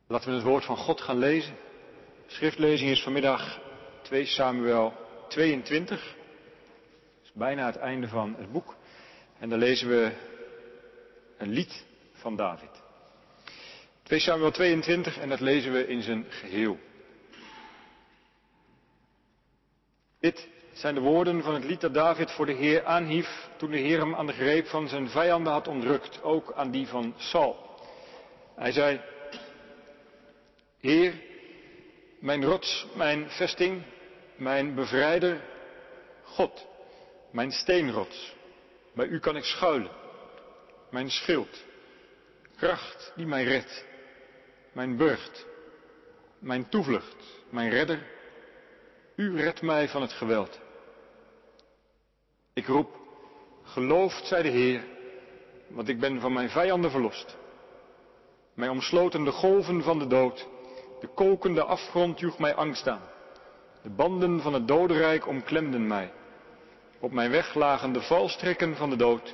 Laten we het woord van God gaan lezen. De schriftlezing is vanmiddag 2 Samuel 22. Dat is bijna het einde van het boek. En dan lezen we een lied van David. 2 Samuel 22 en dat lezen we in zijn geheel. Dit zijn de woorden van het lied dat David voor de Heer aanhief toen de Heer hem aan de greep van zijn vijanden had ontrukt, ook aan die van Saul. Hij zei: Heer, mijn rots, mijn vesting, mijn bevrijder, God, mijn steenrots, bij u kan ik schuilen, mijn schild, kracht die mij redt, mijn burcht, mijn toevlucht, mijn redder, u redt mij van het geweld. Ik roep, geloofd zij de Heer, want ik ben van mijn vijanden verlost. Mij omsloten de golven van de dood, de kokende afgrond joeg mij angst aan. De banden van het dodenrijk omklemden mij. Op mijn weg lagen de valstrikken van de dood.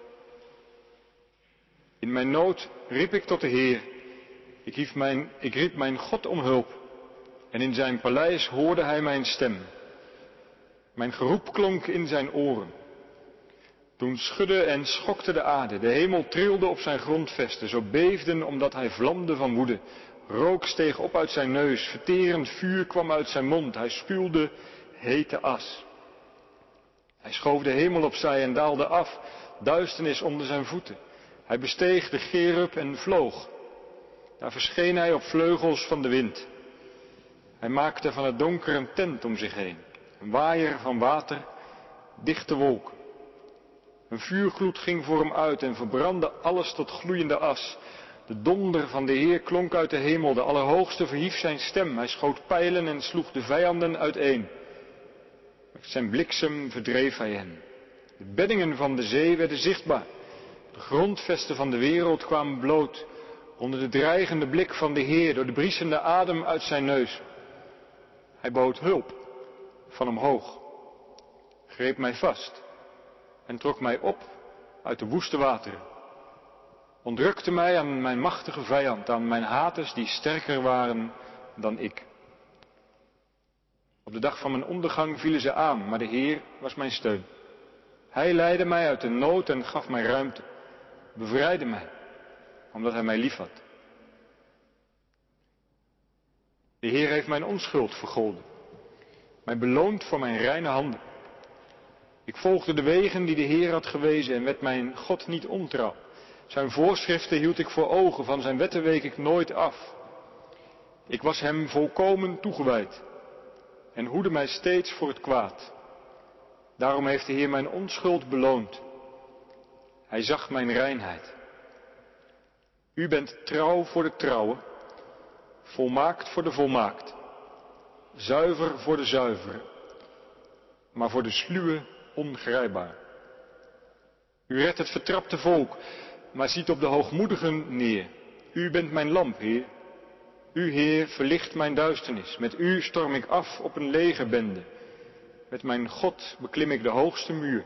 In mijn nood riep ik tot de Heer. Ik riep mijn God om hulp. En in zijn paleis hoorde hij mijn stem. Mijn geroep klonk in zijn oren. Toen schudde en schokte de aarde. De hemel trilde op zijn grondvesten. Zo beefden omdat hij vlamde van woede. Rook steeg op uit zijn neus. Verterend vuur kwam uit zijn mond. Hij spuwde hete as. Hij schoof de hemel opzij en daalde af. Duisternis onder zijn voeten. Hij besteeg de gerub en vloog. Daar verscheen hij op vleugels van de wind. Hij maakte van het donker een tent om zich heen. Een waaier van water, dichte wolken. Een vuurgloed ging voor hem uit en verbrandde alles tot gloeiende as. De donder van de Heer klonk uit de hemel. De Allerhoogste verhief zijn stem. Hij schoot pijlen en sloeg de vijanden uiteen. Met zijn bliksem verdreef hij hen. De beddingen van de zee werden zichtbaar. De grondvesten van de wereld kwamen bloot. Onder de dreigende blik van de Heer, door de briesende adem uit zijn neus. Hij bood hulp van omhoog. Greep mij vast. En trok mij op uit de woeste wateren. Ontrukte mij aan mijn machtige vijand, aan mijn haters die sterker waren dan ik. Op de dag van mijn ondergang vielen ze aan, maar de Heer was mijn steun. Hij leidde mij uit de nood en gaf mij ruimte. Bevrijdde mij, omdat hij mij liefhad. De Heer heeft mijn onschuld vergolden. Mij beloond voor mijn reine handen. Ik volgde de wegen die de Heer had gewezen en werd mijn God niet ontrouw. Zijn voorschriften hield ik voor ogen, van zijn wetten week ik nooit af. Ik was hem volkomen toegewijd en hoedde mij steeds voor het kwaad. Daarom heeft de Heer mijn onschuld beloond. Hij zag mijn reinheid. U bent trouw voor de trouwe, volmaakt voor de volmaakt, zuiver voor de zuivere, maar voor de sluwe ongrijpbaar. U redt het vertrapte volk, maar ziet op de hoogmoedigen neer. U bent mijn lamp, Heer. U, Heer, verlicht mijn duisternis. Met u storm ik af op een legerbende. Met mijn God beklim ik de hoogste muur.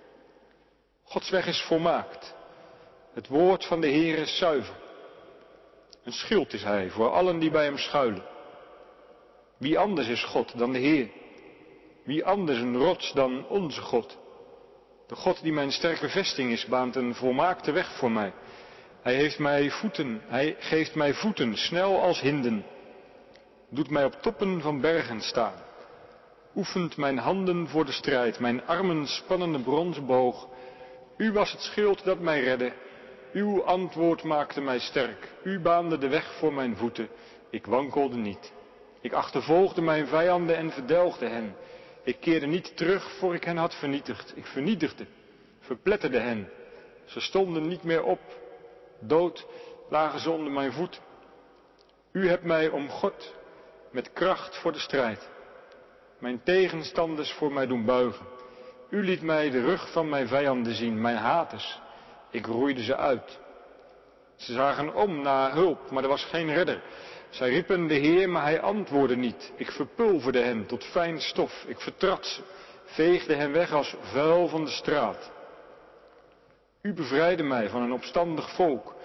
Gods weg is volmaakt. Het woord van de Heer is zuiver. Een schild is hij voor allen die bij hem schuilen. Wie anders is God dan de Heer? Wie anders een rots dan onze God? De God die mijn sterke vesting is, baant een volmaakte weg voor mij. Hij geeft mij voeten, snel als hinden. Doet mij op toppen van bergen staan. Oefent mijn handen voor de strijd, mijn armen spannen de bronzen boog. U was het schild dat mij redde. Uw antwoord maakte mij sterk. U baande de weg voor mijn voeten. Ik wankelde niet. Ik achtervolgde mijn vijanden en verdelgde hen. Ik keerde niet terug voor ik hen had vernietigd. Ik vernietigde, verpletterde hen. Ze stonden niet meer op. Dood lagen ze onder mijn voet. U hebt mij omgord met kracht voor de strijd. Mijn tegenstanders voor mij doen buigen. U liet mij de rug van mijn vijanden zien, mijn haters. Ik roeide ze uit. Ze zagen om naar hulp, maar er was geen redder. Zij riepen de Heer, maar hij antwoordde niet. Ik verpulverde hen tot fijn stof. Ik vertrad ze, veegde hen weg als vuil van de straat. U bevrijdde mij van een opstandig volk.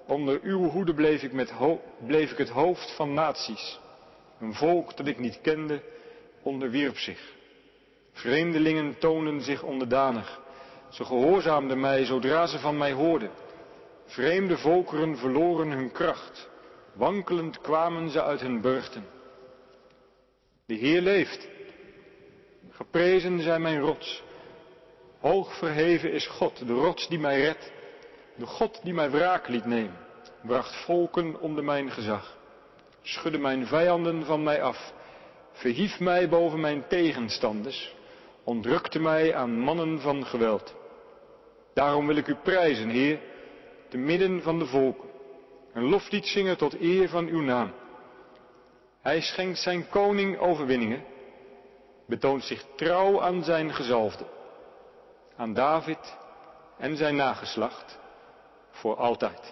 Onder uw hoede bleef ik het hoofd van naties. Een volk dat ik niet kende, onderwierp zich. Vreemdelingen toonden zich onderdanig. Ze gehoorzaamden mij zodra ze van mij hoorden. Vreemde volkeren verloren hun kracht. Wankelend kwamen ze uit hun burchten. De Heer leeft. Geprezen zij mijn rots. Hoog verheven is God, de rots die mij redt. De God die mij wraak liet nemen. Bracht volken onder mijn gezag. Schudde mijn vijanden van mij af. Verhief mij boven mijn tegenstanders. Ontrukte mij aan mannen van geweld. Daarom wil ik u prijzen, Heer, te midden van de volken. Een loflied zingen tot eer van uw naam. Hij schenkt zijn koning overwinningen. Betoont zich trouw aan zijn gezalfde. Aan David en zijn nageslacht. Voor altijd.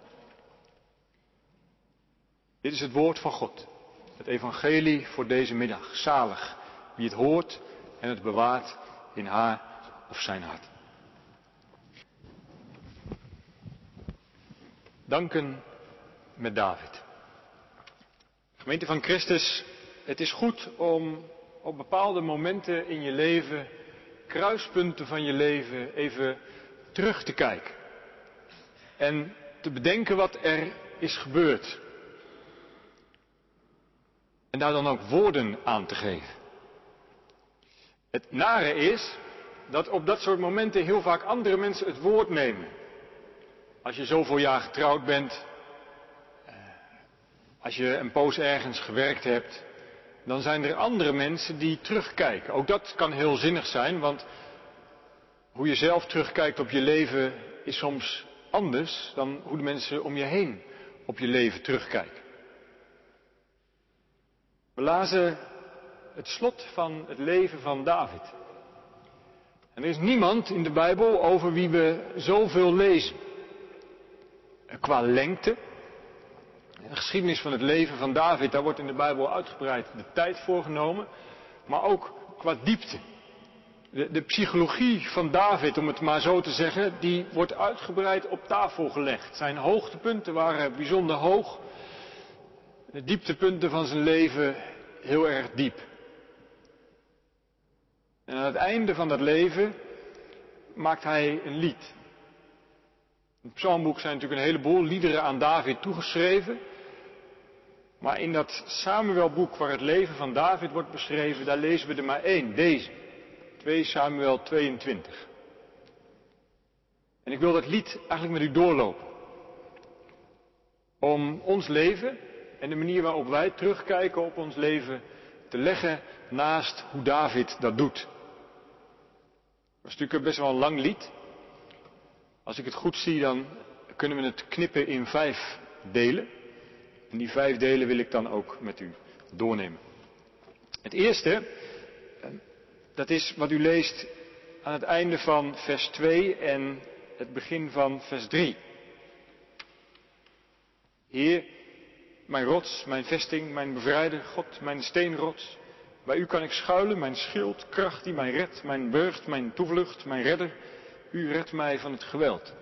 Dit is het woord van God. Het evangelie voor deze middag. Zalig wie het hoort en het bewaart in haar of zijn hart. Danken met David. Gemeente van Christus, het is goed om op bepaalde momenten in je leven, kruispunten van je leven, even terug te kijken. En te bedenken wat er is gebeurd. En daar dan ook woorden aan te geven. Het nare is dat op dat soort momenten heel vaak andere mensen het woord nemen. Als je zoveel jaar getrouwd bent, als je een poos ergens gewerkt hebt, dan zijn er andere mensen die terugkijken. Ook dat kan heel zinnig zijn, want hoe je zelf terugkijkt op je leven is soms anders dan hoe de mensen om je heen op je leven terugkijken. We lazen het slot van het leven van David. En er is niemand in de Bijbel over wie we zoveel lezen. Qua lengte. De geschiedenis van het leven van David, daar wordt in de Bijbel uitgebreid de tijd voor genomen. Maar ook qua diepte. De psychologie van David, om het maar zo te zeggen, die wordt uitgebreid op tafel gelegd. Zijn hoogtepunten waren bijzonder hoog. De dieptepunten van zijn leven heel erg diep. En aan het einde van dat leven maakt hij een lied. In het psalmboek zijn natuurlijk een heleboel liederen aan David toegeschreven. Maar in dat Samuelboek waar het leven van David wordt beschreven, daar lezen we er maar één, deze. 2 Samuel 22. En ik wil dat lied eigenlijk met u doorlopen. Om ons leven en de manier waarop wij terugkijken op ons leven te leggen naast hoe David dat doet. Dat is natuurlijk best wel een lang lied. Als ik het goed zie, dan kunnen we het knippen in 5 delen. En die 5 delen wil ik dan ook met u doornemen. Het eerste, dat is wat u leest aan het einde van vers 2 en het begin van vers 3. Heer, mijn rots, mijn vesting, mijn bevrijder, God, mijn steenrots. Bij u kan ik schuilen, mijn schild, kracht die mij redt, mijn burcht, mijn toevlucht, mijn redder. U redt mij van het geweld.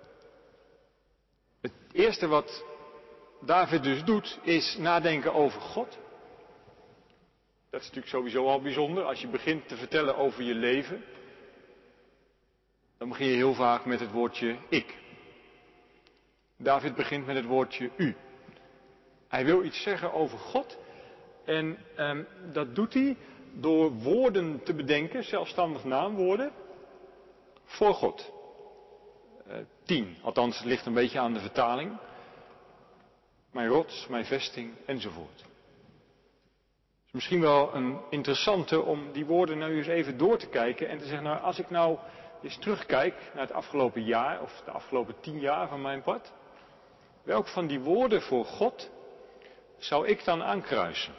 Het eerste wat David dus doet, is nadenken over God. Dat is natuurlijk sowieso al bijzonder. Als je begint te vertellen over je leven, dan begin je heel vaak met het woordje ik. David begint met het woordje u. Hij wil iets zeggen over God. En dat doet hij door woorden te bedenken, zelfstandig naamwoorden, voor God. 10, althans het ligt een beetje aan de vertaling. Mijn rots, mijn vesting, enzovoort. Het is misschien wel een interessante om die woorden nou eens even door te kijken en te zeggen, nou als ik nou eens terugkijk naar het afgelopen jaar of de afgelopen 10 jaar van mijn part, welk van die woorden voor God zou ik dan aankruisen?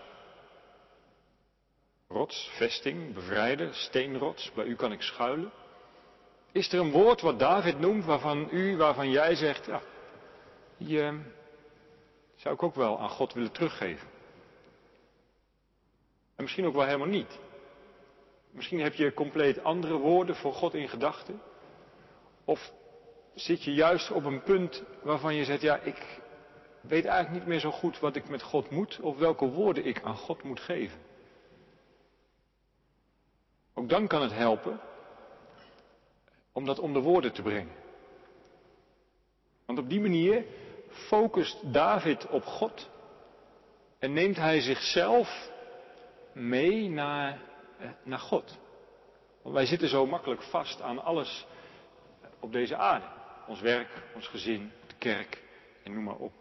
Rots, vesting, bevrijder, steenrots, bij u kan ik schuilen. Is er een woord wat David noemt waarvan jij zegt, ja, die zou ik ook wel aan God willen teruggeven. En misschien ook wel helemaal niet. Misschien heb je compleet andere woorden voor God in gedachten. Of zit je juist op een punt waarvan je zegt, ja, ik weet eigenlijk niet meer zo goed wat ik met God moet of welke woorden ik aan God moet geven. Ook dan kan het helpen om dat onder woorden te brengen. Want op die manier focust David op God en neemt hij zichzelf mee naar God. Want wij zitten zo makkelijk vast aan alles op deze aarde. Ons werk, ons gezin, de kerk en noem maar op.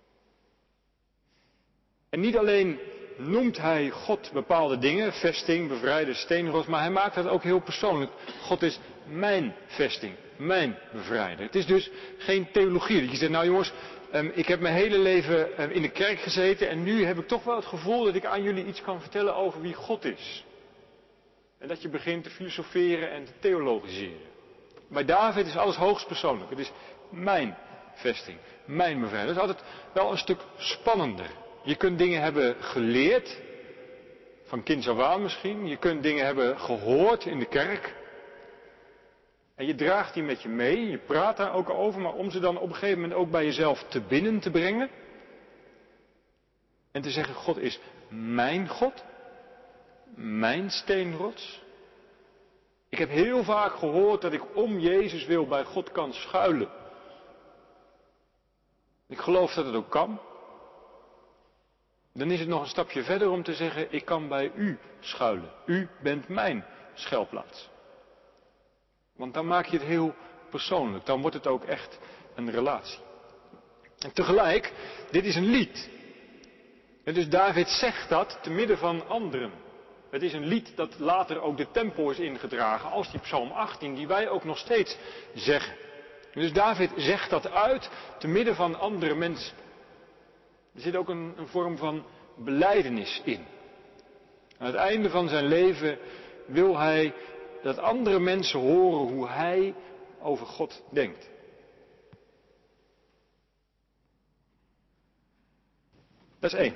En niet alleen noemt hij God bepaalde dingen, vesting, bevrijder, steenrots, maar hij maakt dat ook heel persoonlijk. God is mijn vesting, mijn bevrijder. Het is dus geen theologie. Dat je zegt, nou jongens, ik heb mijn hele leven in de kerk gezeten en nu heb ik toch wel het gevoel dat ik aan jullie iets kan vertellen over wie God is. En dat je begint te filosoferen en te theologiseren. Bij David is alles hoogst persoonlijk. Het is mijn vesting, mijn bevrijding. Dat is altijd wel een stuk spannender. Je kunt dingen hebben geleerd, van kinds af aan misschien. Je kunt dingen hebben gehoord in de kerk. En je draagt die met je mee, je praat daar ook over, maar om ze dan op een gegeven moment ook bij jezelf te binnen te brengen. En te zeggen, God is mijn God, mijn steenrots. Ik heb heel vaak gehoord dat ik om Jezus wil bij God kan schuilen. Ik geloof dat het ook kan. Dan is het nog een stapje verder om te zeggen, ik kan bij u schuilen. U bent mijn schuilplaats. Want dan maak je het heel persoonlijk. Dan wordt het ook echt een relatie. En tegelijk, dit is een lied. En dus David zegt dat te midden van anderen. Het is een lied dat later ook de tempel is ingedragen, als die Psalm 18, die wij ook nog steeds zeggen. En dus David zegt dat uit te midden van andere mensen. Er zit ook een vorm van belijdenis in. Aan het einde van zijn leven wil hij dat andere mensen horen hoe hij over God denkt. Dat is 1.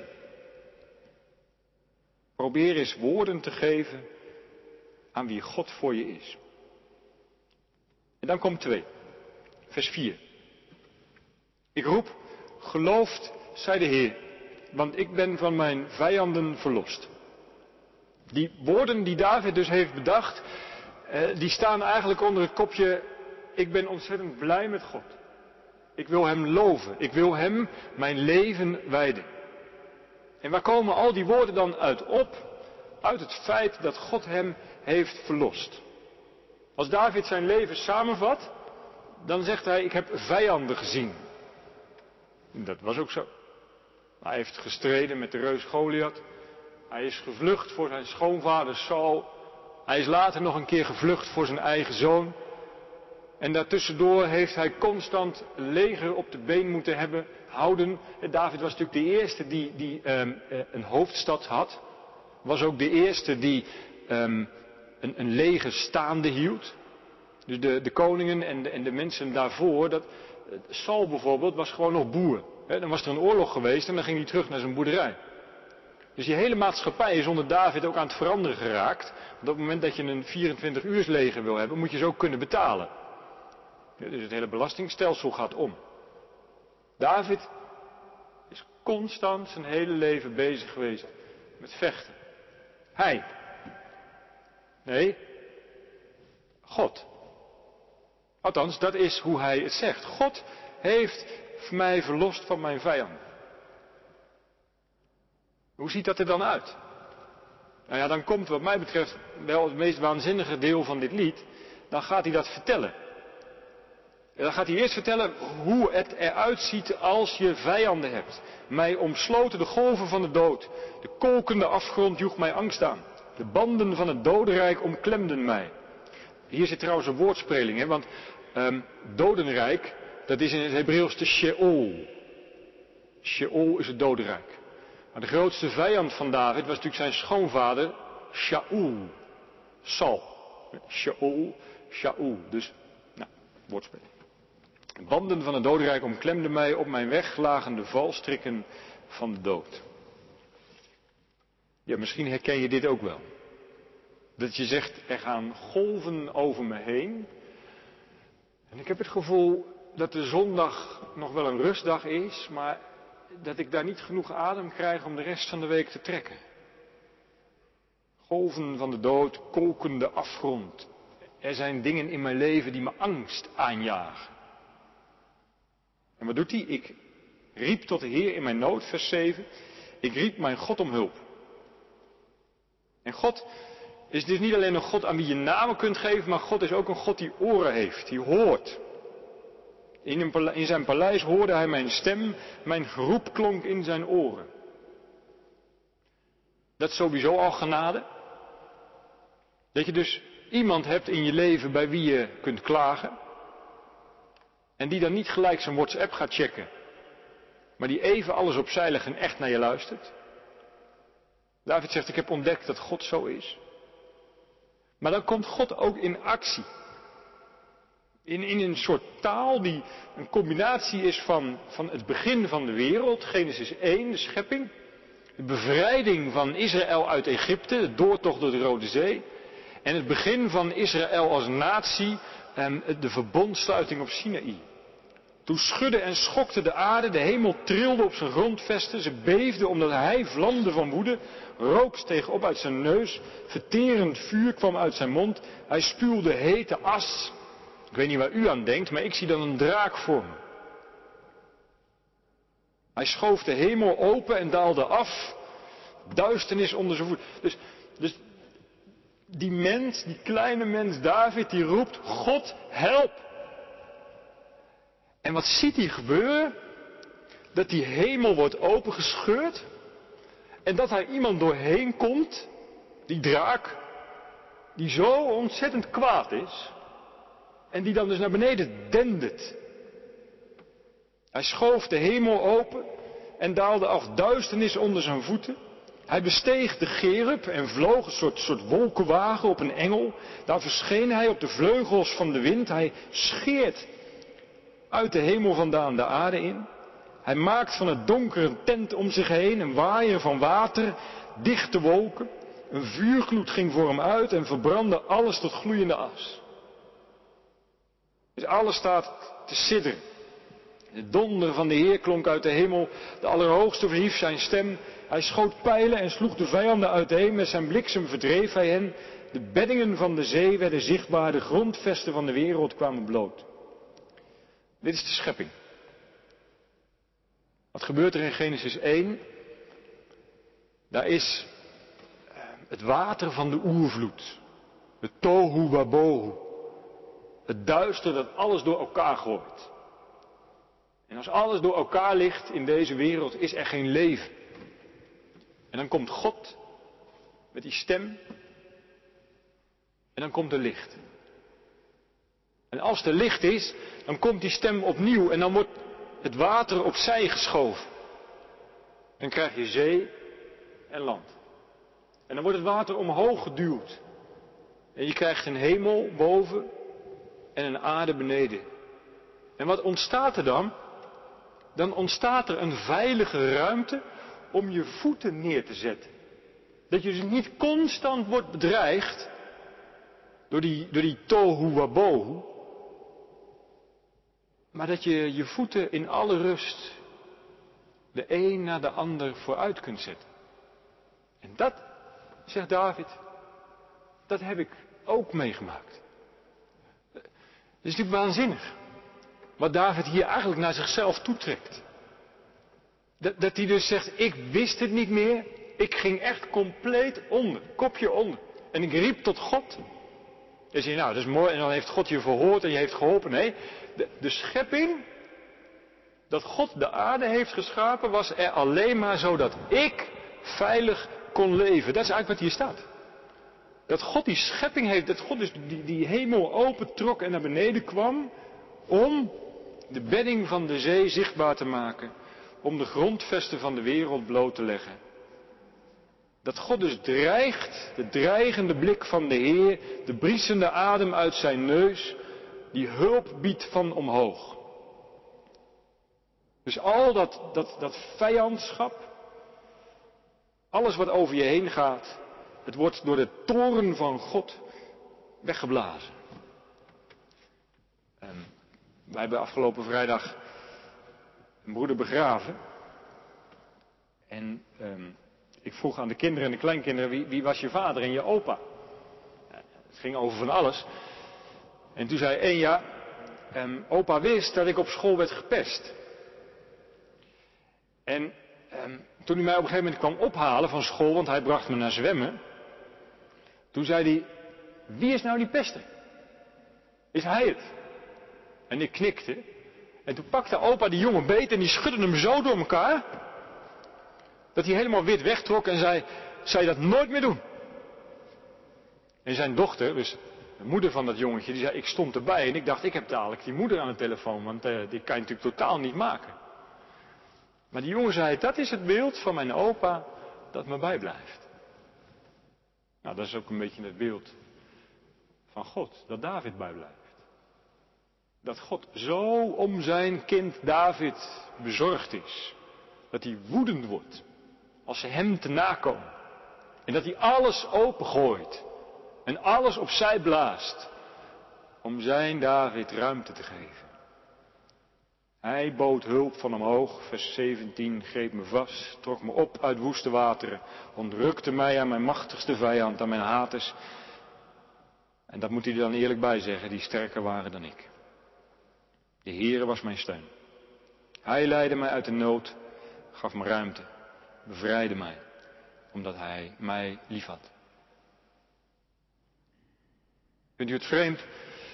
Probeer eens woorden te geven aan wie God voor je is. En dan komt 2. Vers 4. Ik roep, gelooft, zei de Heer, want ik ben van mijn vijanden verlost. Die woorden die David dus heeft bedacht, die staan eigenlijk onder het kopje, ik ben ontzettend blij met God. Ik wil hem loven, ik wil hem mijn leven wijden. En waar komen al die woorden dan uit op? Uit het feit dat God hem heeft verlost. Als David zijn leven samenvat, dan zegt hij, ik heb vijanden gezien. En dat was ook zo. Hij heeft gestreden met de reus Goliath. Hij is gevlucht voor zijn schoonvader Saul. Hij is later nog een keer gevlucht voor zijn eigen zoon. En daartussendoor heeft hij constant leger op de been moeten houden. David was natuurlijk de eerste die een hoofdstad had. Was ook de eerste die een leger staande hield. Dus de koningen en de mensen daarvoor. Saul bijvoorbeeld was gewoon nog boer. Dan was er een oorlog geweest en dan ging hij terug naar zijn boerderij. Dus die hele maatschappij is onder David ook aan het veranderen geraakt. Want op het moment dat je een 24-uursleger wil hebben, moet je ze ook kunnen betalen. Dus het hele belastingstelsel gaat om. David is constant zijn hele leven bezig geweest met vechten. Hij. Nee, God. Althans, dat is hoe hij het zegt. God heeft mij verlost van mijn vijanden. Hoe ziet dat er dan uit? Nou ja, dan komt wat mij betreft wel het meest waanzinnige deel van dit lied. Dan gaat hij dat vertellen. En dan gaat hij eerst vertellen hoe het eruit ziet als je vijanden hebt. Mij omsloten de golven van de dood. De kolkende afgrond joeg mij angst aan. De banden van het dodenrijk omklemden mij. Hier zit trouwens een woordspeling, hè, want dodenrijk, dat is in het Hebreeuws de Sheol. Sheol is het dodenrijk. Maar de grootste vijand van David was natuurlijk zijn schoonvader, Shaul. Saul. Sheol, Shaul. Dus, woordspeling. De banden van het dodenrijk omklemden mij, op mijn weg lagen de valstrikken van de dood. Ja, misschien herken je dit ook wel. Dat je zegt, er gaan golven over me heen. En ik heb het gevoel dat de zondag nog wel een rustdag is, maar dat ik daar niet genoeg adem krijg om de rest van de week te trekken. Golven van de dood, kolkende afgrond. Er zijn dingen in mijn leven die me angst aanjagen. En wat doet hij? Ik riep tot de Heer in mijn nood, vers 7. Ik riep mijn God om hulp. En God is dus niet alleen een God aan wie je namen kunt geven, maar God is ook een God die oren heeft, die hoort. In zijn paleis hoorde hij mijn stem, mijn geroep klonk in zijn oren. Dat is sowieso al genade. Dat je dus iemand hebt in je leven bij wie je kunt klagen. En die dan niet gelijk zijn WhatsApp gaat checken. Maar die even alles opzij legt en echt naar je luistert. David zegt, ik heb ontdekt dat God zo is. Maar dan komt God ook in actie. In een soort taal die een combinatie is van het begin van de wereld, Genesis 1, de schepping. De bevrijding van Israël uit Egypte, de doortocht door de Rode Zee. En het begin van Israël als natie en de verbondsluiting op Sinaï. Toen schudde en schokte de aarde, de hemel trilde op zijn grondvesten, ze beefde omdat hij vlamde van woede, rook steeg op uit zijn neus, verterend vuur kwam uit zijn mond, hij spuwde hete as. Ik weet niet waar u aan denkt, maar ik zie dan een draak voor me. Hij schoof de hemel open en daalde af, duisternis onder zijn voeten. Dus die mens, die kleine mens David, die roept, God help! En wat ziet hij gebeuren? Dat die hemel wordt opengescheurd. En dat daar iemand doorheen komt, die draak, die zo ontzettend kwaad is. En die dan dus naar beneden dendert. Hij schoof de hemel open en daalde af, duisternis onder zijn voeten. Hij besteeg de Gerub en vloog een soort wolkenwagen op een engel. Daar verscheen hij op de vleugels van de wind. Hij scheert uit de hemel vandaan de aarde in. Hij maakt van het donker een tent om zich heen, een waaier van water, dichte wolken. Een vuurgloed ging voor hem uit en verbrandde alles tot gloeiende as. Dus alles staat te sidderen. De donder van de Heer klonk uit de hemel, de Allerhoogste verhief zijn stem. Hij schoot pijlen en sloeg de vijanden uiteen, met zijn bliksem verdreef hij hen. De beddingen van de zee werden zichtbaar, de grondvesten van de wereld kwamen bloot. Dit is de schepping. Wat gebeurt er in Genesis 1? Daar is het water van de oervloed. Het tohu wabohu. Het duister dat alles door elkaar gooit. En als alles door elkaar ligt in deze wereld, is er geen leven. En dan komt God met die stem. En dan komt er licht. En als er licht is, dan komt die stem opnieuw en dan wordt het water opzij geschoven. Dan krijg je zee en land. En dan wordt het water omhoog geduwd. En je krijgt een hemel boven en een aarde beneden. En wat ontstaat er dan? Dan ontstaat er een veilige ruimte om je voeten neer te zetten. Dat je dus niet constant wordt bedreigd door die tohu wabohu. Maar dat je je voeten in alle rust de een na de ander vooruit kunt zetten. En dat, zegt David, dat heb ik ook meegemaakt. Het is natuurlijk waanzinnig. Wat David hier eigenlijk naar zichzelf toetrekt. Dat hij dus zegt, ik wist het niet meer. Ik ging echt compleet onder, kopje onder. En ik riep tot God. En zei, nou dat is mooi en dan heeft God je verhoord en je heeft geholpen. Nee, de schepping, dat God de aarde heeft geschapen, was er alleen maar zodat ik veilig kon leven. Dat is eigenlijk wat hier staat. Dat God die schepping heeft, dat God dus die hemel opentrok en naar beneden kwam om de bedding van de zee zichtbaar te maken. Om de grondvesten van de wereld bloot te leggen. Dat God dus dreigt, de dreigende blik van de Heer, de briesende adem uit zijn neus, die hulp biedt van omhoog. Dus al dat vijandschap, alles wat over je heen gaat, het wordt door de toorn van God weggeblazen. Wij hebben afgelopen vrijdag een broeder begraven. En ik vroeg aan de kinderen en de kleinkinderen, wie was je vader en je opa? Het ging over van alles. En toen zei één, ja, opa wist dat ik op school werd gepest. En toen hij mij op een gegeven moment kwam ophalen van school, want hij bracht me naar zwemmen. Toen zei hij, wie is nou die pester? Is hij het? En ik knikte. En toen pakte opa die jongen beet en die schudde hem zo door elkaar. Dat hij helemaal wit wegtrok en zei, zou je dat nooit meer doen? En zijn dochter, dus de moeder van dat jongetje, die zei, ik stond erbij en ik dacht, ik heb dadelijk die moeder aan de telefoon, want die kan je natuurlijk totaal niet maken. Maar die jongen zei, dat is het beeld van mijn opa dat me bijblijft. Nou, dat is ook een beetje het beeld van God, dat David bijblijft. Dat God zo om zijn kind David bezorgd is. Dat hij woedend wordt als ze hem te nakomen. En dat hij alles opengooit en alles opzij blaast om zijn David ruimte te geven. Hij bood hulp van omhoog, vers 17, greep me vast, trok me op uit woeste wateren, ontrukte mij aan mijn machtigste vijand, aan mijn haters. En dat moet hij er dan eerlijk bij zeggen, die sterker waren dan ik. De Heere was mijn steun. Hij leidde mij uit de nood, gaf me ruimte, bevrijdde mij, omdat hij mij liefhad. Vindt u het vreemd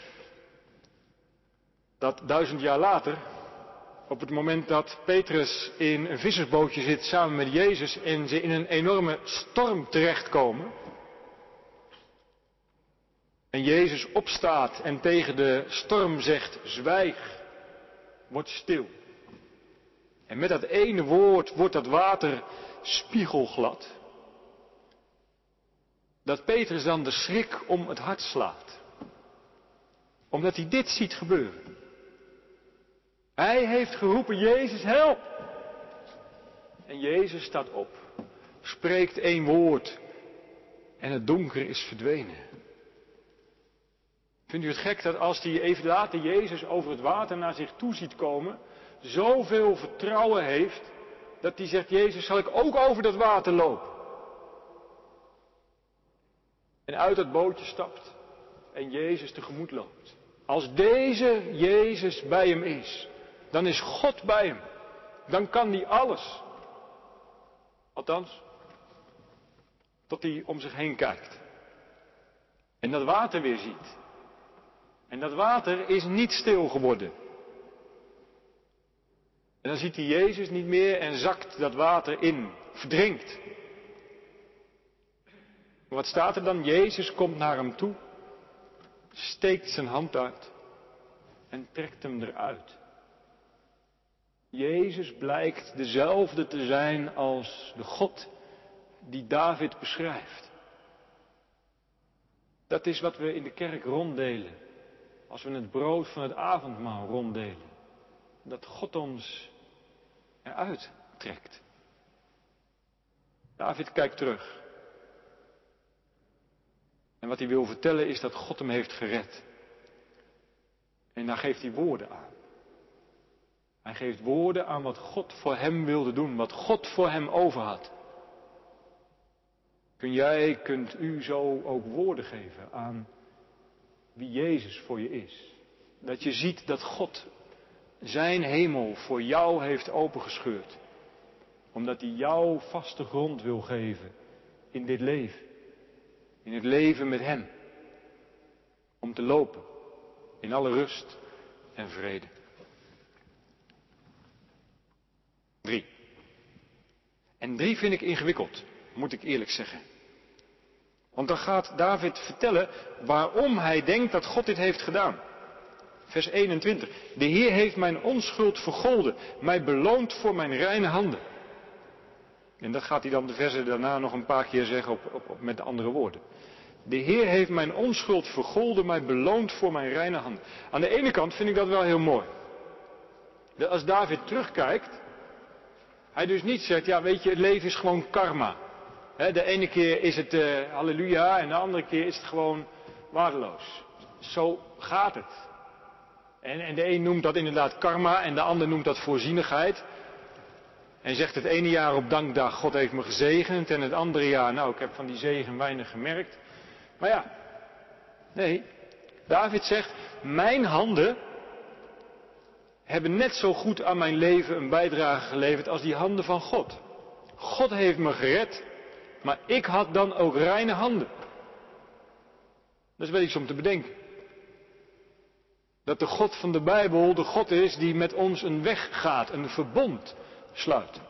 dat 1000 jaar later, op het moment dat Petrus in een vissersbootje zit samen met Jezus en ze in een enorme storm terechtkomen, en Jezus opstaat en tegen de storm zegt, zwijg, word stil. En met dat ene woord wordt dat water spiegelglad. Dat Petrus dan de schrik om het hart slaat. Omdat hij dit ziet gebeuren. Hij heeft geroepen, Jezus, help! En Jezus staat op, spreekt één woord en het donker is verdwenen. Vindt u het gek dat als hij even later Jezus over het water naar zich toe ziet komen, zoveel vertrouwen heeft, dat hij zegt, Jezus, zal ik ook over dat water lopen? En uit dat bootje stapt en Jezus tegemoet loopt. Als deze Jezus bij hem is, dan is God bij hem. Dan kan hij alles. Althans, tot hij om zich heen kijkt. En dat water weer ziet. En dat water is niet stil geworden. En dan ziet hij Jezus niet meer en zakt dat water in, verdrinkt. Maar wat staat er dan? Jezus komt naar hem toe, steekt zijn hand uit en trekt hem eruit. Jezus blijkt dezelfde te zijn als de God die David beschrijft. Dat is wat we in de kerk ronddelen, als we het brood van het avondmaal ronddelen. Dat God ons eruit trekt. David kijkt terug. En wat hij wil vertellen is dat God hem heeft gered. En daar geeft hij woorden aan. Hij geeft woorden aan wat God voor hem wilde doen, wat God voor hem over had. Kunt u zo ook woorden geven aan wie Jezus voor je is. Dat je ziet dat God zijn hemel voor jou heeft opengescheurd. Omdat hij jou vaste grond wil geven in dit leven. In het leven met hem. Om te lopen in alle rust en vrede. 3. En 3 vind ik ingewikkeld, moet ik eerlijk zeggen. Want dan gaat David vertellen waarom hij denkt dat God dit heeft gedaan. Vers 21. De Heer heeft mijn onschuld vergolden, mij beloond voor mijn reine handen. En dat gaat hij dan de versen daarna nog een paar keer zeggen met andere woorden. De Heer heeft mijn onschuld vergolden, mij beloond voor mijn reine handen. Aan de ene kant vind ik dat wel heel mooi. Dat als David terugkijkt, hij dus niet zegt, ja weet je, het leven is gewoon karma. De ene keer is het halleluja en de andere keer is het gewoon waardeloos. Zo gaat het. En de een noemt dat inderdaad karma en de ander noemt dat voorzienigheid. En zegt het ene jaar op dankdag, God heeft me gezegend. En het andere jaar, nou ik heb van die zegen weinig gemerkt. Maar ja, nee, David zegt, mijn handen hebben net zo goed aan mijn leven een bijdrage geleverd als die handen van God. God heeft me gered, maar ik had dan ook reine handen. Dat is wel iets om te bedenken. Dat de God van de Bijbel de God is die met ons een weg gaat, een verbond sluit.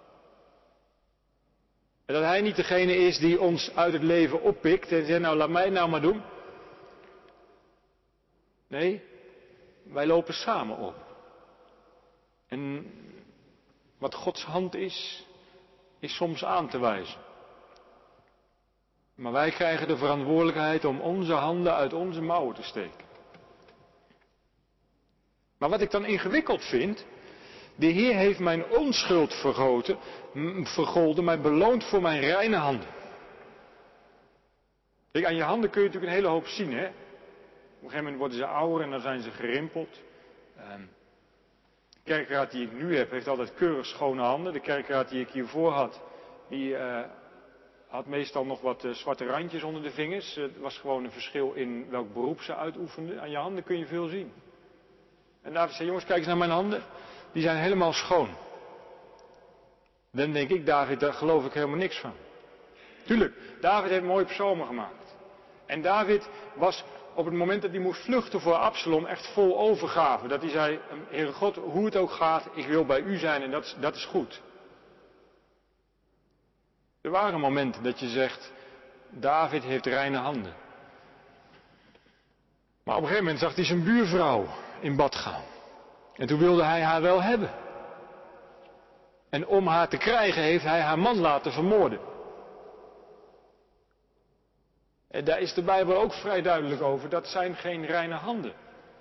En dat Hij niet degene is die ons uit het leven oppikt en zegt, nou laat mij nou maar doen. Nee, wij lopen samen op. En wat Gods hand is soms aan te wijzen. Maar wij krijgen de verantwoordelijkheid om onze handen uit onze mouwen te steken. Maar wat ik dan ingewikkeld vind, de Heer heeft mijn onschuld vergolden, mij beloond voor mijn reine handen. Kijk, aan je handen kun je natuurlijk een hele hoop zien, hè. Op een gegeven moment worden ze ouder en dan zijn ze gerimpeld. De kerkraad die ik nu heb, heeft altijd keurig schone handen. De kerkraad die ik hiervoor had, die had meestal nog wat zwarte randjes onder de vingers. Het was gewoon een verschil in welk beroep ze uitoefenden. Aan je handen kun je veel zien. En David zei, jongens, kijk eens naar mijn handen. Die zijn helemaal schoon. Dan denk ik, David, daar geloof ik helemaal niks van. Tuurlijk, David heeft mooie psalmen gemaakt. En David was op het moment dat hij moest vluchten voor Absalom echt vol overgave. Dat hij zei, Heere God, hoe het ook gaat, ik wil bij u zijn en dat is goed. Er waren momenten dat je zegt, David heeft reine handen. Maar op een gegeven moment zag hij zijn buurvrouw in bad gaan. En toen wilde hij haar wel hebben. En om haar te krijgen heeft hij haar man laten vermoorden. En daar is de Bijbel ook vrij duidelijk over. Dat zijn geen reine handen.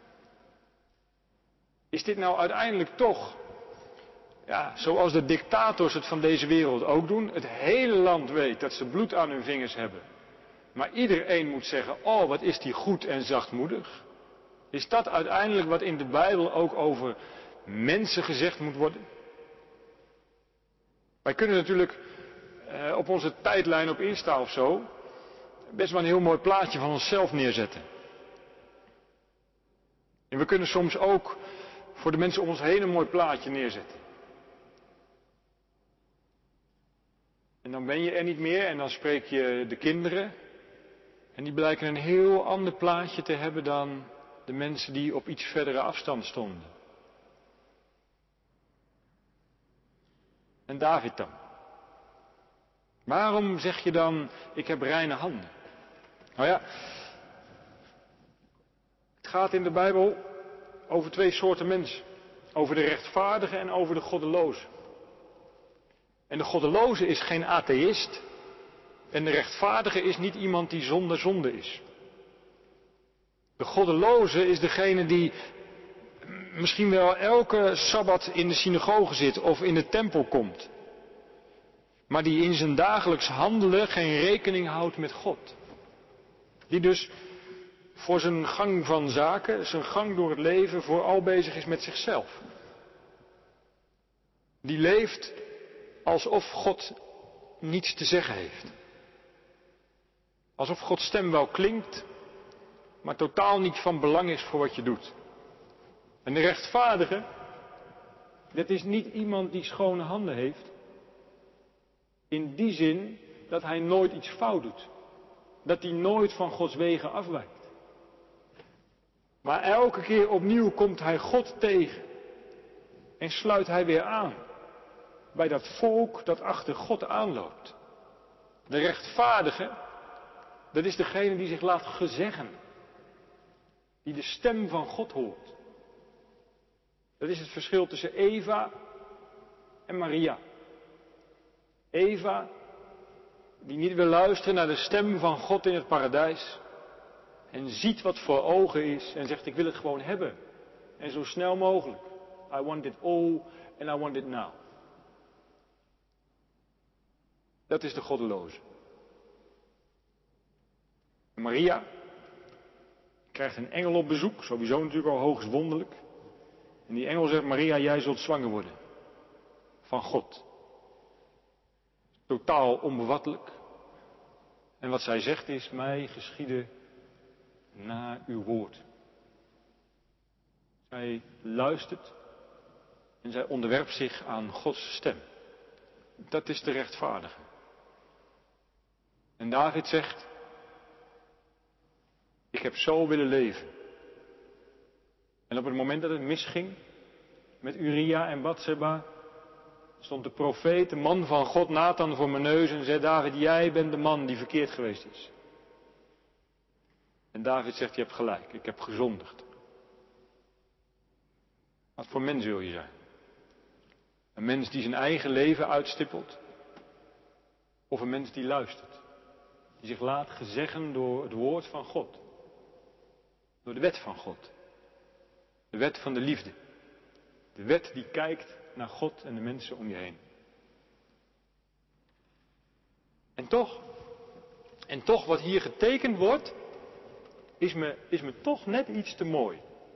Is dit nou uiteindelijk toch, ja, zoals de dictators het van deze wereld ook doen. Het hele land weet dat ze bloed aan hun vingers hebben. Maar iedereen moet zeggen, oh wat is die goed en zachtmoedig. Is dat uiteindelijk wat in de Bijbel ook over mensen gezegd moet worden? Wij kunnen natuurlijk op onze tijdlijn op Insta of zo best wel een heel mooi plaatje van onszelf neerzetten. En we kunnen soms ook voor de mensen om ons heen een mooi plaatje neerzetten. En dan ben je er niet meer en dan spreek je de kinderen. En die blijken een heel ander plaatje te hebben dan de mensen die op iets verdere afstand stonden. En David dan? Waarom zeg je dan, ik heb reine handen? Nou ja, het gaat in de Bijbel over twee soorten mensen. Over de rechtvaardige en over de goddeloze. En de goddeloze is geen atheïst. En de rechtvaardige is niet iemand die zonder zonde is. De goddeloze is degene die misschien wel elke sabbat in de synagoge zit of in de tempel komt. Maar die in zijn dagelijks handelen geen rekening houdt met God. Die dus voor zijn gang van zaken, zijn gang door het leven, vooral bezig is met zichzelf. Die leeft alsof God niets te zeggen heeft. Alsof Gods stem wel klinkt, maar totaal niet van belang is voor wat je doet. En de rechtvaardige, dat is niet iemand die schone handen heeft. In die zin dat hij nooit iets fout doet. Dat hij nooit van Gods wegen afwijkt. Maar elke keer opnieuw komt hij God tegen. En sluit hij weer aan. Bij dat volk dat achter God aanloopt. De rechtvaardige, dat is degene die zich laat gezeggen. Die de stem van God hoort. Dat is het verschil tussen Eva en Maria. Eva, die niet wil luisteren naar de stem van God in het paradijs. En ziet wat voor ogen is en zegt, ik wil het gewoon hebben. En zo snel mogelijk. I want it all and I want it now. Dat is de goddeloze. En Maria krijgt een engel op bezoek, sowieso natuurlijk al hoogst wonderlijk. En die engel zegt, Maria, jij zult zwanger worden. Van God. Totaal onbevattelijk. En wat zij zegt is, mij geschieden naar uw woord. Zij luistert en zij onderwerpt zich aan Gods stem. Dat is de rechtvaardige. En David zegt, ik heb zo willen leven. En op het moment dat het misging met Uria en Batseba, stond de profeet, de man van God, Nathan, voor mijn neus en zei, David, jij bent de man die verkeerd geweest is. En David zegt, je hebt gelijk, ik heb gezondigd. Wat voor mens wil je zijn? Een mens die zijn eigen leven uitstippelt? Of een mens die luistert? Die zich laat gezeggen door het woord van God? Door de wet van God? De wet van de liefde? De wet die kijkt naar God en de mensen om je heen. En toch wat hier getekend wordt, is me toch net iets te mooi.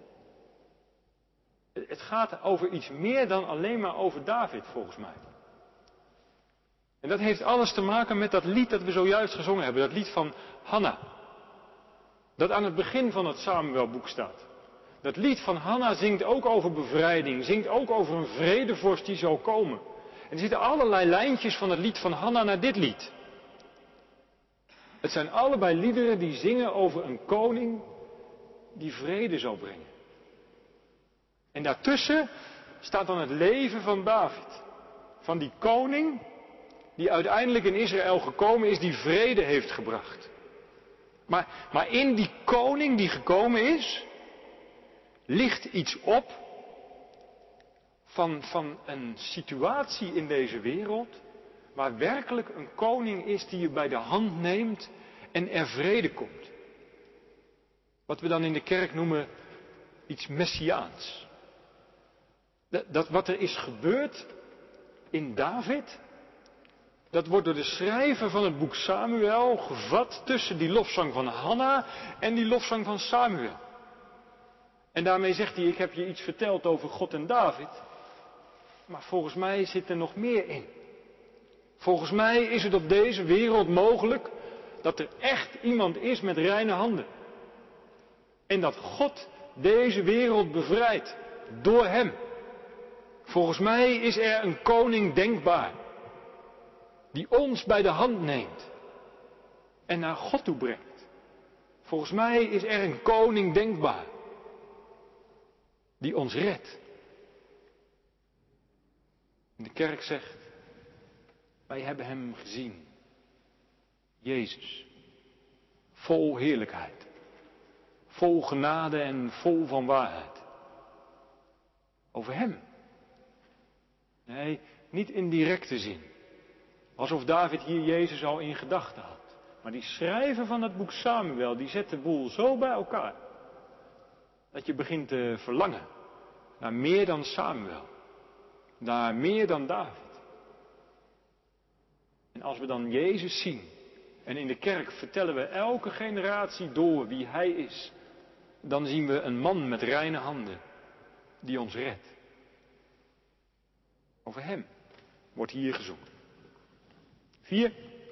Het gaat over iets meer dan alleen maar over David, volgens mij. En dat heeft alles te maken met dat lied dat we zojuist gezongen hebben. Dat lied van Hanna. Dat aan het begin van het Samuelboek staat. Dat lied van Hanna zingt ook over bevrijding. Zingt ook over een vredevorst die zal komen. En er zitten allerlei lijntjes van het lied van Hanna naar dit lied. Het zijn allebei liederen die zingen over een koning die vrede zal brengen. En daartussen staat dan het leven van David. Van die koning die uiteindelijk in Israël gekomen is, die vrede heeft gebracht. Maar in die koning die gekomen is, ligt iets op van een situatie in deze wereld waar werkelijk een koning is die je bij de hand neemt en er vrede komt. Wat we dan in de kerk noemen iets messiaans. Dat wat er is gebeurd in David, dat wordt door de schrijver van het boek Samuel gevat tussen die lofzang van Hanna en die lofzang van Samuel. En daarmee zegt hij, ik heb je iets verteld over God en David, maar volgens mij zit er nog meer in. Volgens mij is het op deze wereld mogelijk dat er echt iemand is met reine handen. En dat God deze wereld bevrijdt door hem. Volgens mij is er een koning denkbaar die ons bij de hand neemt en naar God toe brengt. Volgens mij is er een koning denkbaar die ons redt. En de kerk zegt, wij hebben hem gezien. Jezus. Vol heerlijkheid. Vol genade en vol van waarheid. Over hem. Nee, niet in directe zin. Alsof David hier Jezus al in gedachten had. Maar die schrijver van het boek Samuel, die zet de boel zo bij elkaar. Dat je begint te verlangen naar meer dan Samuel. Naar meer dan David. En als we dan Jezus zien, en in de kerk vertellen we elke generatie door wie hij is, dan zien we een man met reine handen die ons redt. Over hem wordt hier gezongen. 4.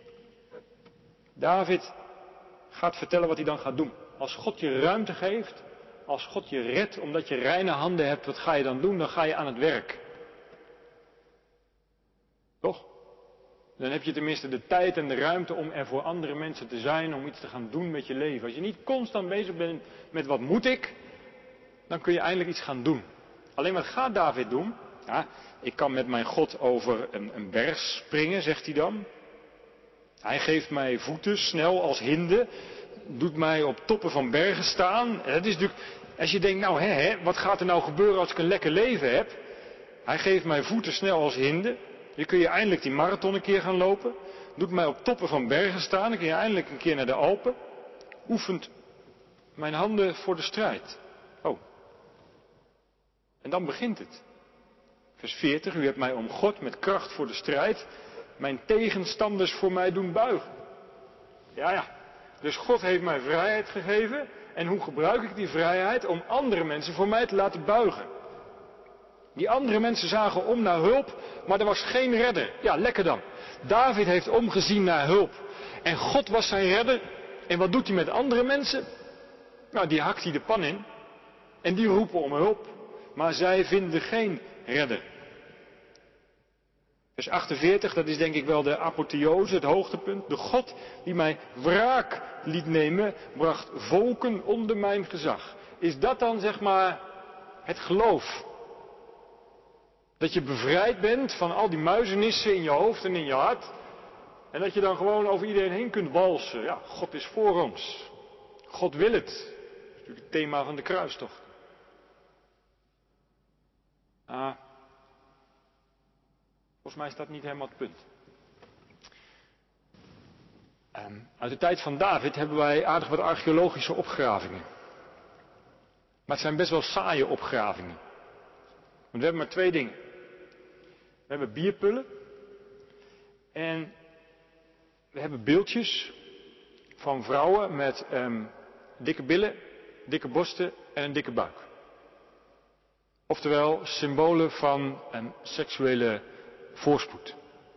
David gaat vertellen wat hij dan gaat doen. Als God je ruimte geeft, als God je redt omdat je reine handen hebt, wat ga je dan doen? Dan ga je aan het werk. Toch? Dan heb je tenminste de tijd en de ruimte om er voor andere mensen te zijn, om iets te gaan doen met je leven. Als je niet constant bezig bent met wat moet ik, dan kun je eindelijk iets gaan doen. Alleen wat gaat David doen? Ja, ik kan met mijn God over een berg springen, zegt hij dan. Hij geeft mij voeten, snel als hinden, doet mij op toppen van bergen staan. Het is natuurlijk, als je denkt, nou wat gaat er nou gebeuren als ik een lekker leven heb? Hij geeft mij voeten snel als hinden. Dan kun je eindelijk die marathon een keer gaan lopen. Doet mij op toppen van bergen staan. Dan kun je eindelijk een keer naar de Alpen. Oefent mijn handen voor de strijd. Oh. En dan begint het. Vers 40. U hebt mij omgord met kracht voor de strijd. Mijn tegenstanders voor mij doen buigen. Ja. Dus God heeft mij vrijheid gegeven. En hoe gebruik ik die vrijheid? Om andere mensen voor mij te laten buigen. Die andere mensen zagen om naar hulp, maar er was geen redder. Ja, lekker dan. David heeft omgezien naar hulp. En God was zijn redder. En wat doet hij met andere mensen? Nou, die hakt hij de pan in. En die roepen om hulp. Maar zij vinden geen redder. Vers 48, dat is denk ik wel de apotheose, het hoogtepunt. De God die mij wraak liet nemen, bracht volken onder mijn gezag. Is dat dan zeg maar het geloof? Dat je bevrijd bent van al die muizenissen in je hoofd en in je hart. En dat je dan gewoon over iedereen heen kunt walsen. Ja, God is voor ons. God wil het. Dat is natuurlijk het thema van de kruistocht. Volgens mij is dat niet helemaal het punt. Uit de tijd van David hebben wij aardig wat archeologische opgravingen. Maar het zijn best wel saaie opgravingen. Want we hebben maar twee dingen. We hebben bierpullen. En we hebben beeldjes van vrouwen met dikke billen, dikke borsten en een dikke buik. Oftewel symbolen van een seksuele voorspoed.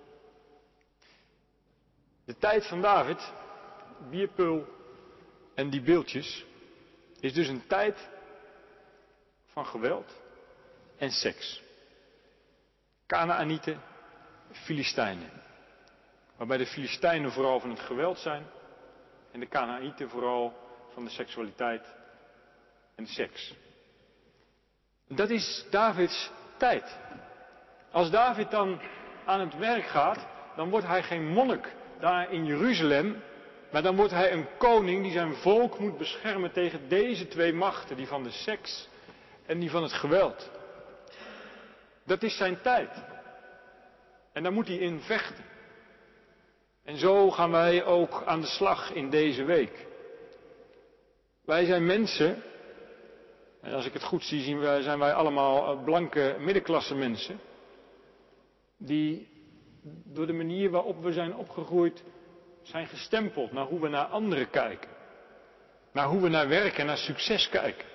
De tijd van David, bierpul en die beeldjes, is dus een tijd van geweld en seks. Kanaanieten, Filistijnen. Waarbij de Filistijnen vooral van het geweld zijn en de Kanaanieten vooral van de seksualiteit en de seks. Dat is Davids tijd. Als David dan aan het werk gaat, dan wordt hij geen monnik daar in Jeruzalem, maar dan wordt hij een koning die zijn volk moet beschermen tegen deze twee machten, die van de seks en die van het geweld. Dat is zijn tijd. En daar moet hij in vechten. En zo gaan wij ook aan de slag in deze week. Wij zijn mensen, en als ik het goed zie, zijn wij allemaal blanke middenklasse mensen, die door de manier waarop we zijn opgegroeid zijn gestempeld naar hoe we naar anderen kijken. Naar hoe we naar werk en naar succes kijken.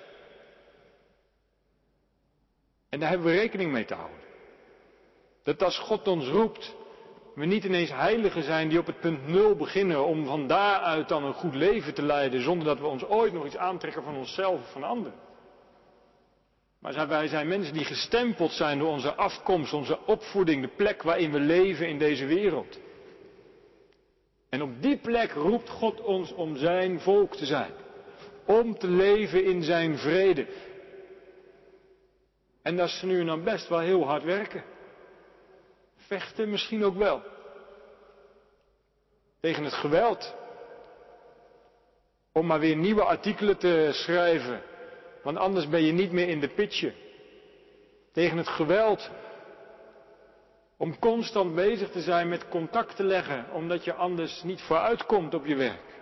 En daar hebben we rekening mee te houden. Dat als God ons roept, we niet ineens heiligen zijn die op het punt 0 beginnen om van daaruit dan een goed leven te leiden, zonder dat we ons ooit nog iets aantrekken van onszelf of van anderen. Maar wij zijn mensen die gestempeld zijn door onze afkomst, onze opvoeding, de plek waarin we leven in deze wereld. En op die plek roept God ons om zijn volk te zijn. Om te leven in zijn vrede. En dat is nu en dan best wel heel hard werken. Vechten misschien ook wel. Tegen het geweld. Om maar weer nieuwe artikelen te schrijven. Want anders ben je niet meer in de pitje. Tegen het geweld. Om constant bezig te zijn met contact te leggen. Omdat je anders niet vooruitkomt op je werk.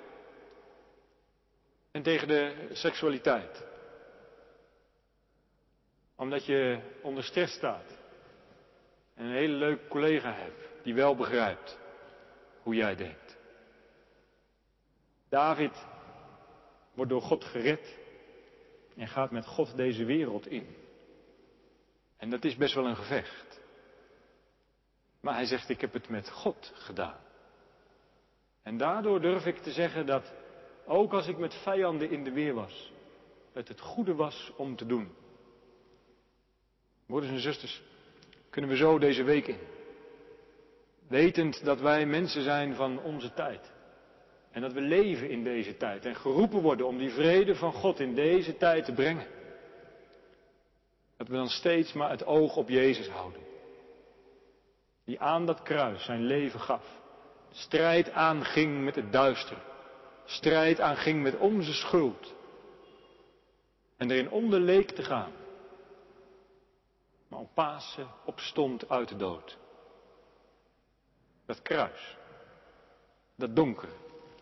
En tegen de seksualiteit. Omdat je onder stress staat. En een hele leuke collega hebt. Die wel begrijpt hoe jij denkt. David wordt door God gered. En gaat met God deze wereld in. En dat is best wel een gevecht. Maar hij zegt, ik heb het met God gedaan. En daardoor durf ik te zeggen dat, ook als ik met vijanden in de weer was, het goede was om te doen. Broeders en zusters, kunnen we zo deze week in. Wetend dat wij mensen zijn van onze tijd. En dat we leven in deze tijd en geroepen worden om die vrede van God in deze tijd te brengen. Dat we dan steeds maar het oog op Jezus houden. Die aan dat kruis zijn leven gaf. Strijd aanging met het duister. Strijd aanging met onze schuld. En erin onder leek te gaan. Maar op Pasen opstond uit de dood. Dat kruis. Dat donker.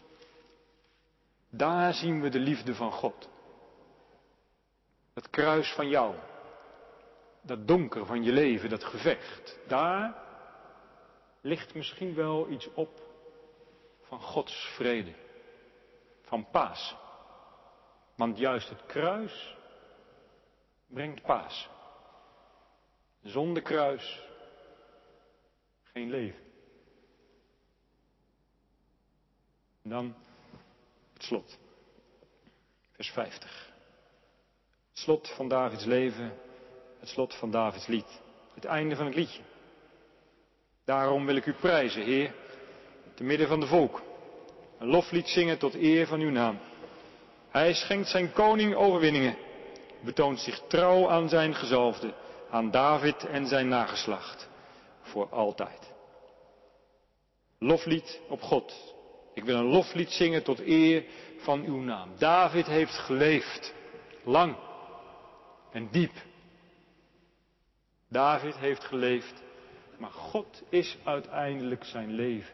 Daar zien we de liefde van God. Dat kruis van jou. Dat donker van je leven, dat gevecht. Daar ligt misschien wel iets op van Gods vrede. Van Pasen. Want juist het kruis brengt Paas. Zonder kruis geen leven. En dan het slot. Vers 50. Het slot van Davids leven. Het slot van Davids lied. Het einde van het liedje. Daarom wil ik u prijzen, Heer, te midden van de volk. Een loflied zingen tot eer van uw naam. Hij schenkt zijn koning overwinningen. Betoont zich trouw aan zijn gezalfde. Aan David en zijn nageslacht. Voor altijd. Loflied op God. Ik wil een loflied zingen tot eer van uw naam. David heeft geleefd. Lang. En diep. David heeft geleefd. Maar God is uiteindelijk zijn leven.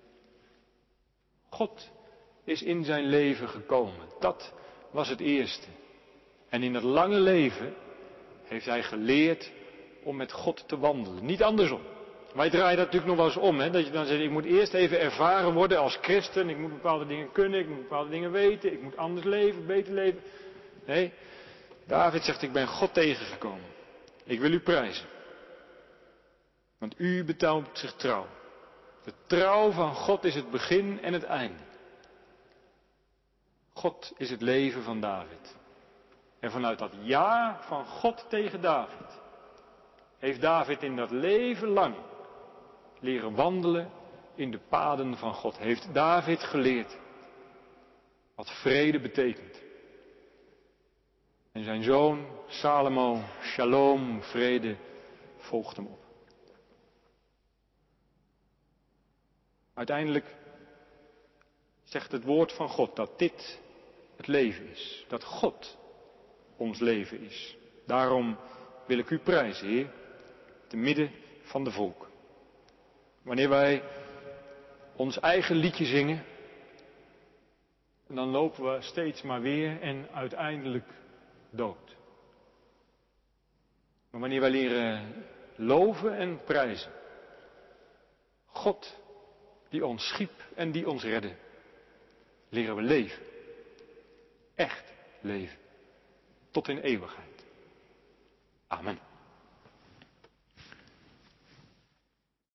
God is in zijn leven gekomen. Dat was het eerste. En in het lange leven heeft hij geleerd om met God te wandelen. Niet andersom. Wij draaien dat natuurlijk nog wel eens om. Hè? Dat je dan zegt, ik moet eerst even ervaren worden als christen. Ik moet bepaalde dingen kunnen, ik moet bepaalde dingen weten. Ik moet anders leven, beter leven. Nee, David zegt, ik ben God tegengekomen. Ik wil u prijzen. Want u betoomt zich trouw. De trouw van God is het begin en het einde. God is het leven van David. En vanuit dat ja van God tegen David, heeft David in dat leven lang leren wandelen in de paden van God. Heeft David geleerd wat vrede betekent. En zijn zoon Salomo, shalom, vrede, volgt hem op. Uiteindelijk zegt het woord van God dat dit het leven is. Dat God ons leven is. Daarom wil ik u prijzen, Heer, te midden van de volk. Wanneer wij ons eigen liedje zingen, dan lopen we steeds maar weer en uiteindelijk dood. Maar wanneer wij leren loven en prijzen, God die ons schiep en die ons redde, leren we leven. Echt leven. Tot in eeuwigheid. Amen.